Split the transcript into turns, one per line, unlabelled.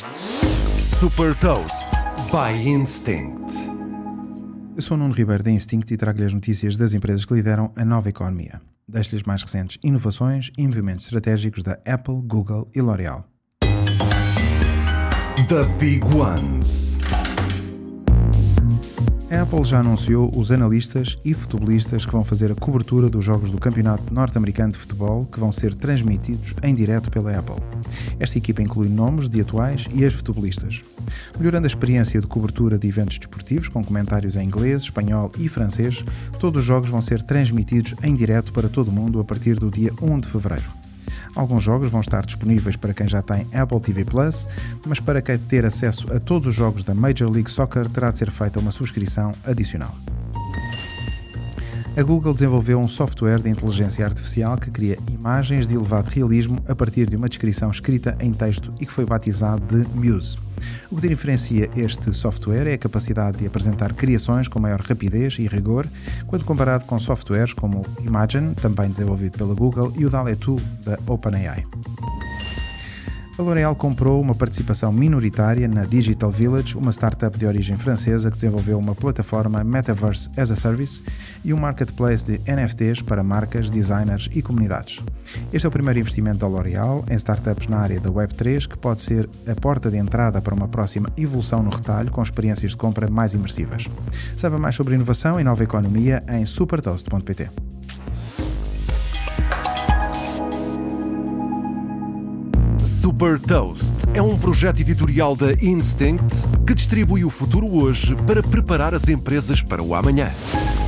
Super Toast by Instinct.
Eu sou o Nuno Ribeiro da Instinct e trago-lhe as notícias das empresas que lideram a nova economia. Deixo-lhe as mais recentes inovações e movimentos estratégicos da Apple, Google e L'Oréal.
The Big Ones.
A Apple já anunciou os analistas e futebolistas que vão fazer a cobertura dos jogos do Campeonato Norte-Americano de Futebol, que vão ser transmitidos em direto pela Apple. Esta equipa inclui nomes de atuais e ex-futebolistas. Melhorando a experiência de cobertura de eventos desportivos, com comentários em inglês, espanhol e francês, todos os jogos vão ser transmitidos em direto para todo o mundo a partir do dia 1 de fevereiro. Alguns jogos vão estar disponíveis para quem já tem Apple TV+, mas para quem ter acesso a todos os jogos da Major League Soccer terá de ser feita uma subscrição adicional. A Google desenvolveu um software de inteligência artificial que cria imagens de elevado realismo a partir de uma descrição escrita em texto e que foi batizado de Muse. O que diferencia este software é a capacidade de apresentar criações com maior rapidez e rigor, quando comparado com softwares como o Imagen, também desenvolvido pela Google, e o DALL-E 2 da OpenAI. A L'Oréal comprou uma participação minoritária na Digital Village, uma startup de origem francesa que desenvolveu uma plataforma Metaverse as a Service e um marketplace de NFTs para marcas, designers e comunidades. Este é o primeiro investimento da L'Oréal em startups na área da Web3, que pode ser a porta de entrada para uma próxima evolução no retalho com experiências de compra mais imersivas. Saiba mais sobre inovação e nova economia em supertoast.pt.
Super Toast é um projeto editorial da Instinct que distribui o futuro hoje para preparar as empresas para o amanhã.